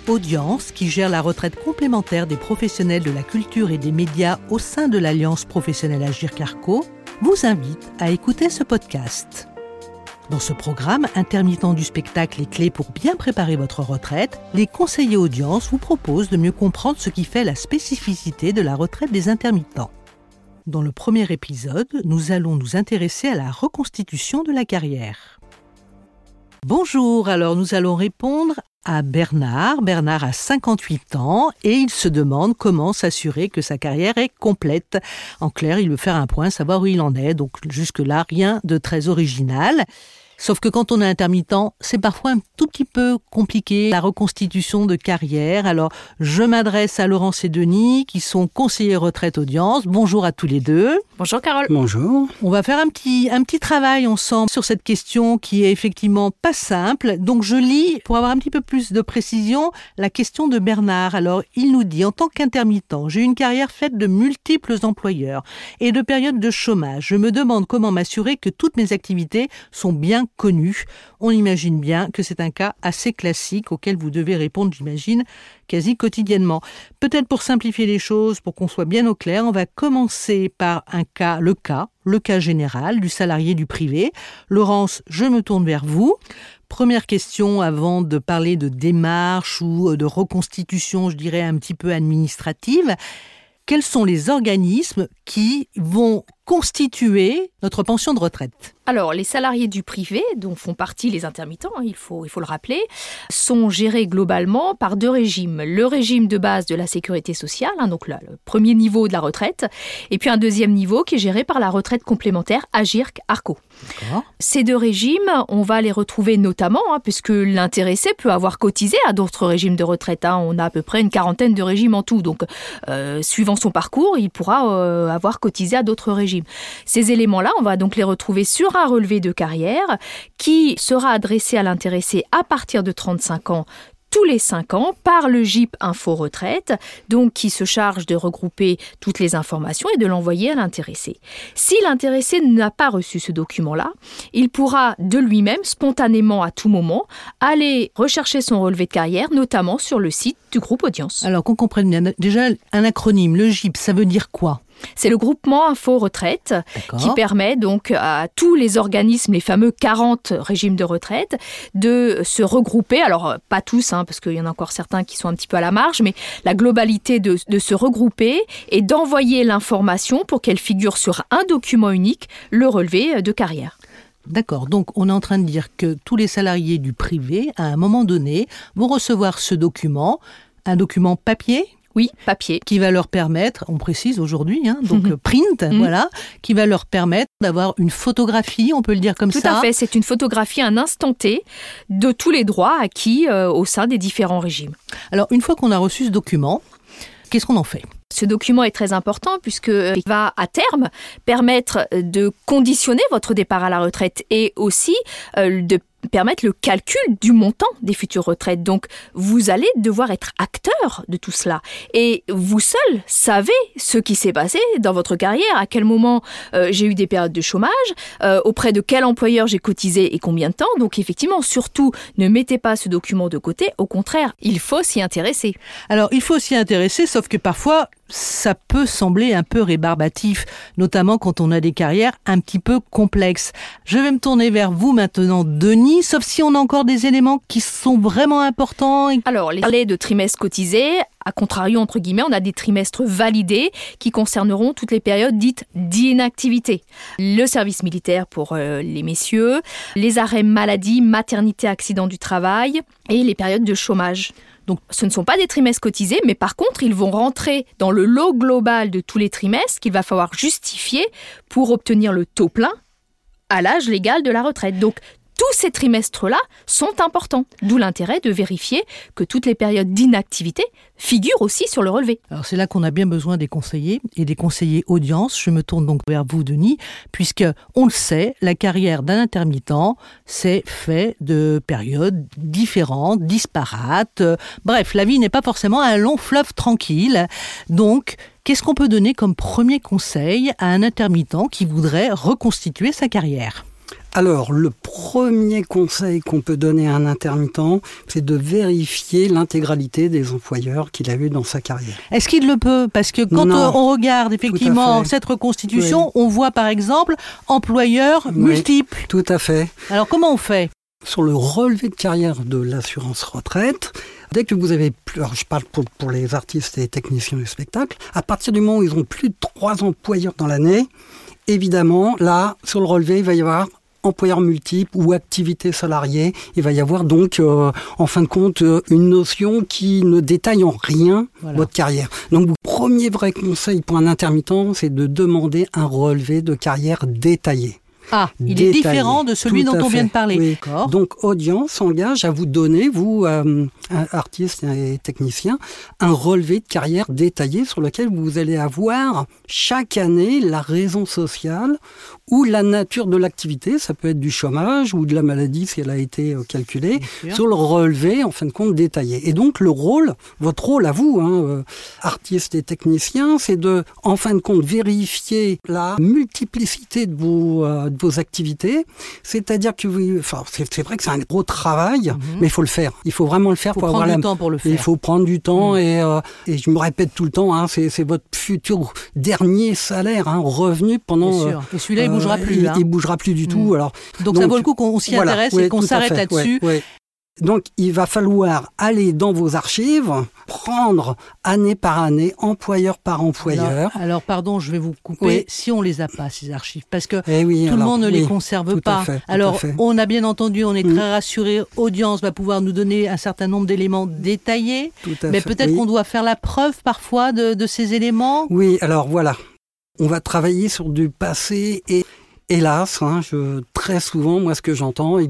Audience, qui gère la retraite complémentaire des professionnels de la culture et des médias au sein de l'Alliance professionnelle Agirc-Arrco, vous invite à écouter ce podcast. Dans ce programme, intermittent du spectacle et clés pour bien préparer votre retraite, les conseillers Audience vous proposent de mieux comprendre ce qui fait la spécificité de la retraite des intermittents. Dans le premier épisode, nous allons nous intéresser à la reconstitution de la carrière. Bonjour, alors nous allons répondre à Bernard. Bernard a 58 ans et il se demande comment s'assurer que sa carrière est complète. En clair, il veut faire un point, savoir où il en est, donc jusque-là, rien de très original. Sauf que quand on est intermittent, c'est parfois un tout petit peu compliqué, la reconstitution de carrière. Alors, je m'adresse à Laurence et Denis, qui sont conseillers retraite Audience. Bonjour à tous les deux. Bonjour Carole. Bonjour. On va faire un petit travail ensemble sur cette question qui est effectivement pas simple. Donc, je lis, pour avoir un petit peu plus de précision, la question de Bernard. Alors, il nous dit, en tant qu'intermittent, j'ai une carrière faite de multiples employeurs et de périodes de chômage. Je me demande comment m'assurer que toutes mes activités sont bien connues. On imagine bien que c'est un cas assez classique auquel vous devez répondre, j'imagine, quasi quotidiennement. Peut-être pour simplifier les choses, pour qu'on soit bien au clair, on va commencer par le cas général du salarié du privé. Laurence, je me tourne vers vous. Première question avant de parler de démarche ou de reconstitution, je dirais un petit peu administrative. Quels sont les organismes qui vont constituer notre pension de retraite ? Alors, les salariés du privé, dont font partie les intermittents, il faut le rappeler, sont gérés globalement par deux régimes. Le régime de base de la sécurité sociale, donc là, le premier niveau de la retraite, et puis un deuxième niveau qui est géré par la retraite complémentaire Agirc-Arrco. D'accord. Ces deux régimes, on va les retrouver notamment, puisque l'intéressé peut avoir cotisé à d'autres régimes de retraite. On a à peu près une quarantaine de régimes en tout, donc suivant son parcours, il pourra avoir cotisé à d'autres régimes. Ces éléments-là, on va donc les retrouver sur un relevé de carrière qui sera adressé à l'intéressé à partir de 35 ans tous les 5 ans par le GIP Info Retraite, donc qui se charge de regrouper toutes les informations et de l'envoyer à l'intéressé. Si l'intéressé n'a pas reçu ce document-là, il pourra de lui-même, spontanément à tout moment, aller rechercher son relevé de carrière, notamment sur le site du groupe Audience. Alors qu'on comprenne bien, déjà un acronyme, le GIP, ça veut dire quoi ? C'est le groupement Info Retraite. D'accord. Qui permet donc à tous les organismes, les fameux 40 régimes de retraite, de se regrouper. Alors, pas tous, parce qu'il y en a encore certains qui sont un petit peu à la marge, mais la globalité de se regrouper et d'envoyer l'information pour qu'elle figure sur un document unique, le relevé de carrière. D'accord, donc on est en train de dire que tous les salariés du privé, à un moment donné, vont recevoir ce document, un document papier ? Oui, papier. Qui va leur permettre, on précise aujourd'hui, donc print, voilà, qui va leur permettre d'avoir une photographie, on peut le dire comme ça. Tout à fait, c'est une photographie, un instant T, de tous les droits acquis au sein des différents régimes. Alors, une fois qu'on a reçu ce document, qu'est-ce qu'on en fait ? Ce document est très important puisqu'il va à terme permettre de conditionner votre départ à la retraite et aussi de permettre le calcul du montant des futures retraites. Donc, vous allez devoir être acteur de tout cela. Et vous seul savez ce qui s'est passé dans votre carrière, à quel moment j'ai eu des périodes de chômage, auprès de quel employeur j'ai cotisé et combien de temps. Donc, effectivement, surtout, ne mettez pas ce document de côté. Au contraire, il faut s'y intéresser. Alors, il faut s'y intéresser, sauf que parfois, ça peut sembler un peu rébarbatif, notamment quand on a des carrières un petit peu complexes. Je vais me tourner vers vous maintenant, Denis, sauf si on a encore des éléments qui sont vraiment importants. Alors, les délais de trimestres cotisés, à contrario, entre guillemets, on a des trimestres validés qui concerneront toutes les périodes dites d'inactivité. Le service militaire pour les messieurs, les arrêts maladie, maternité, accident du travail et les périodes de chômage. Donc, ce ne sont pas des trimestres cotisés, mais par contre, ils vont rentrer dans le lot global de tous les trimestres qu'il va falloir justifier pour obtenir le taux plein à l'âge légal de la retraite. Donc, tous ces trimestres-là sont importants, d'où l'intérêt de vérifier que toutes les périodes d'inactivité figurent aussi sur le relevé. Alors c'est là qu'on a bien besoin des conseillers et des conseillers audience. Je me tourne donc vers vous, Denis, puisque on le sait, la carrière d'un intermittent, c'est fait de périodes différentes, disparates. Bref, la vie n'est pas forcément un long fleuve tranquille. Donc, qu'est-ce qu'on peut donner comme premier conseil à un intermittent qui voudrait reconstituer sa carrière ? Alors, le premier conseil qu'on peut donner à un intermittent, c'est de vérifier l'intégralité des employeurs qu'il a eu dans sa carrière. Est-ce qu'il le peut? Parce que quand on regarde effectivement cette reconstitution, on voit par exemple employeurs multiples. Tout à fait. Alors comment on fait? Sur le relevé de carrière de l'assurance retraite, dès que vous avez plus, alors je parle pour les artistes et techniciens du spectacle, à partir du moment où ils ont plus de 3 employeurs dans l'année, évidemment, là, sur le relevé, il va y avoir employeurs multiples ou activités salariées. Il va y avoir donc, en fin de compte, une notion qui ne détaille en rien votre carrière. Donc, le premier vrai conseil pour un intermittent, c'est de demander un relevé de carrière détaillé. Ah, il est différent de celui dont on vient de parler. Oui. Donc, Audience s'engage à vous donner, vous, artistes et techniciens, un relevé de carrière détaillé sur lequel vous allez avoir chaque année la raison sociale ou la nature de l'activité. Ça peut être du chômage ou de la maladie si elle a été calculée, sur le relevé, en fin de compte, détaillé. Et donc, votre rôle à vous, artistes et techniciens, c'est de, en fin de compte, vérifier la multiplicité de vos activités, c'est-à-dire que c'est vrai que c'est un gros travail, mais il faut le faire. Il faut vraiment le faire pour avoir du temps pour le faire. Il faut prendre du temps et je me répète tout le temps, c'est votre futur dernier salaire, revenu pendant. Bien sûr. Et celui-là, il bougera plus. Il bougera plus du tout. Alors, donc ça vaut le coup qu'on s'y intéresse et qu'on s'arrête là-dessus. Donc, il va falloir aller dans vos archives, prendre année par année, employeur par employeur. Alors pardon, je vais vous couper. Si on les a pas, ces archives, parce que tout le monde ne les conserve pas. Alors, on a bien entendu, on est très rassuré. Audience va pouvoir nous donner un certain nombre d'éléments détaillés. Mais peut-être qu'on doit faire la preuve parfois de ces éléments. Oui, alors voilà. On va travailler sur du passé et hélas, très souvent, moi, ce que j'entends,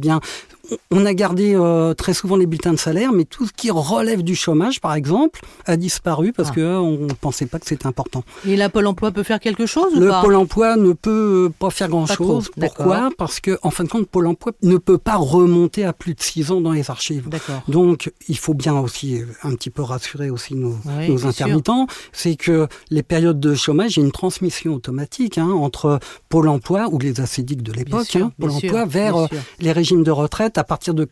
on a gardé très souvent les bulletins de salaire, mais tout ce qui relève du chômage, par exemple, a disparu parce qu'on ne pensait pas que c'était important. Et là, Pôle emploi peut faire quelque chose ou pas? Le Pôle emploi ne peut pas faire grand-chose. Pourquoi? Parce que, en fin de compte, Pôle emploi ne peut pas remonter à plus de 6 ans dans les archives. Donc, il faut bien aussi un petit peu rassurer aussi nos intermittents. C'est que les périodes de chômage, il y a une transmission automatique entre Pôle emploi ou les ACDIC de l'époque, Pôle emploi vers les régimes de retraite. À partir de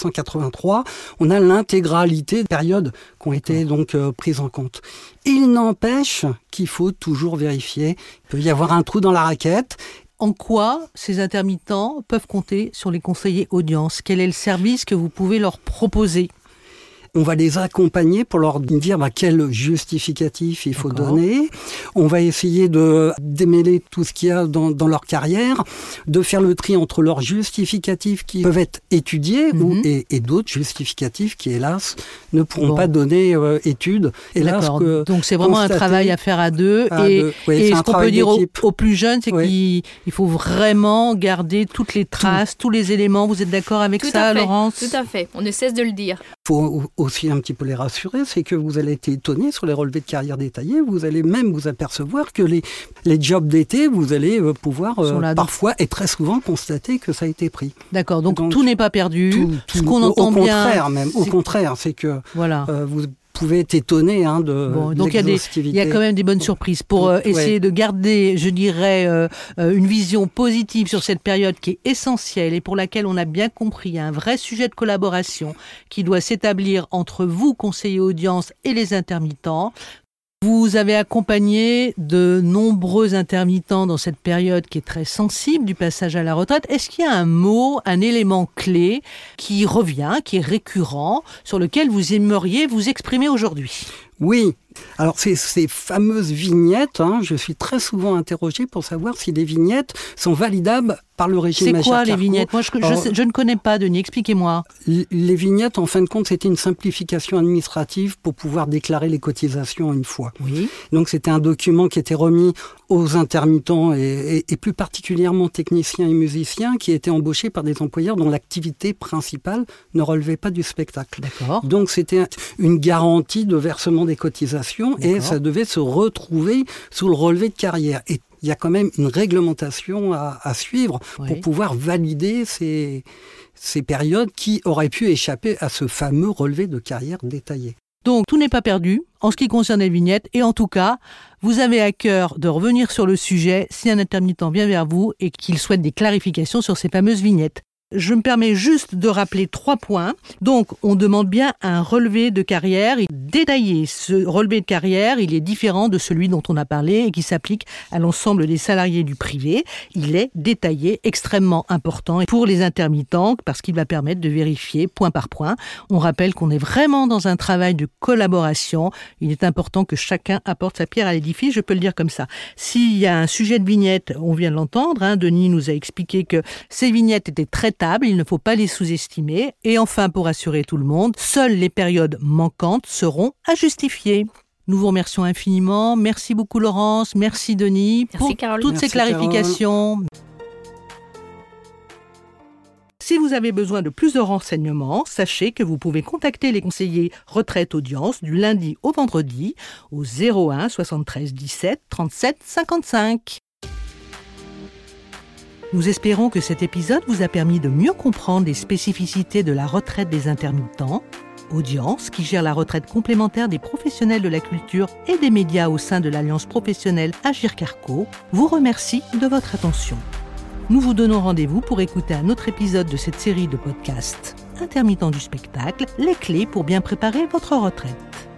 1983, on a l'intégralité des périodes qui ont été donc prises en compte. Il n'empêche qu'il faut toujours vérifier. Il peut y avoir un trou dans la raquette. En quoi ces intermittents peuvent compter sur les conseillers audience? Quel est le service que vous pouvez leur proposer? On va les accompagner pour leur dire quel justificatif il faut donner. On va essayer de démêler tout ce qu'il y a dans leur carrière, de faire le tri entre leurs justificatifs qui peuvent être étudiés et d'autres justificatifs qui, hélas, ne pourront pas donner étude. Hélas, donc c'est vraiment un travail à faire à deux. Et ce qu'on peut dire aux plus jeunes, c'est qu'il faut vraiment garder toutes les traces, tous les éléments. Vous êtes d'accord avec ça, Laurence? Tout à fait, on ne cesse de le dire. Il faut aussi un petit peu les rassurer, c'est que vous allez être étonnés sur les relevés de carrière détaillés, vous allez même vous apercevoir que les jobs d'été, vous allez pouvoir parfois et très souvent constater que ça a été pris. D'accord, donc tout n'est pas perdu. Ce qu'on entend au contraire, c'est que vous pouvez être étonné de donc il y a quand même des bonnes surprises pour essayer de garder, je dirais, une vision positive sur cette période qui est essentielle et pour laquelle on a bien compris un vrai sujet de collaboration qui doit s'établir entre vous, conseillers audience, et les intermittents. Vous avez accompagné de nombreux intermittents dans cette période qui est très sensible du passage à la retraite. Est-ce qu'il y a un mot, un élément clé qui revient, qui est récurrent, sur lequel vous aimeriez vous exprimer aujourd'hui ? Oui. Alors, ces fameuses vignettes, je suis très souvent interrogé pour savoir si les vignettes sont validables par le régime Agirc-Arrco. C'est quoi les vignettes? Moi, je ne connais pas, Denis, expliquez-moi. Les vignettes, en fin de compte, c'était une simplification administrative pour pouvoir déclarer les cotisations une fois. Oui. Donc, c'était un document qui était remis aux intermittents et plus particulièrement techniciens et musiciens qui étaient embauchés par des employeurs dont l'activité principale ne relevait pas du spectacle. D'accord. Donc, c'était une garantie de versement des cotisations et ça devait se retrouver sous le relevé de carrière. Et il y a quand même une réglementation à suivre pour pouvoir valider ces périodes qui auraient pu échapper à ce fameux relevé de carrière détaillé. Donc, tout n'est pas perdu en ce qui concerne les vignettes. Et en tout cas, vous avez à cœur de revenir sur le sujet si un intermittent vient vers vous et qu'il souhaite des clarifications sur ces fameuses vignettes. Je me permets juste de rappeler 3 points. Donc, on demande bien un relevé de carrière. Détaillé, ce relevé de carrière, il est différent de celui dont on a parlé et qui s'applique à l'ensemble des salariés du privé. Il est détaillé, extrêmement important pour les intermittents parce qu'il va permettre de vérifier point par point. On rappelle qu'on est vraiment dans un travail de collaboration. Il est important que chacun apporte sa pierre à l'édifice, je peux le dire comme ça. S'il y a un sujet de vignette, on vient de l'entendre, Denis nous a expliqué que ces vignettes étaient traitables. Il ne faut pas les sous-estimer. Et enfin, pour rassurer tout le monde, seules les périodes manquantes seront à justifier. Nous vous remercions infiniment. Merci beaucoup Laurence, merci Denis pour toutes ces clarifications. Carole. Si vous avez besoin de plus de renseignements, sachez que vous pouvez contacter les conseillers retraite audience du lundi au vendredi au 01 73 17 37 55. Nous espérons que cet épisode vous a permis de mieux comprendre les spécificités de la retraite des intermittents. Audience, qui gère la retraite complémentaire des professionnels de la culture et des médias au sein de l'Alliance professionnelle Agirc-Arrco, vous remercie de votre attention. Nous vous donnons rendez-vous pour écouter un autre épisode de cette série de podcasts Intermittents du spectacle, les clés pour bien préparer votre retraite.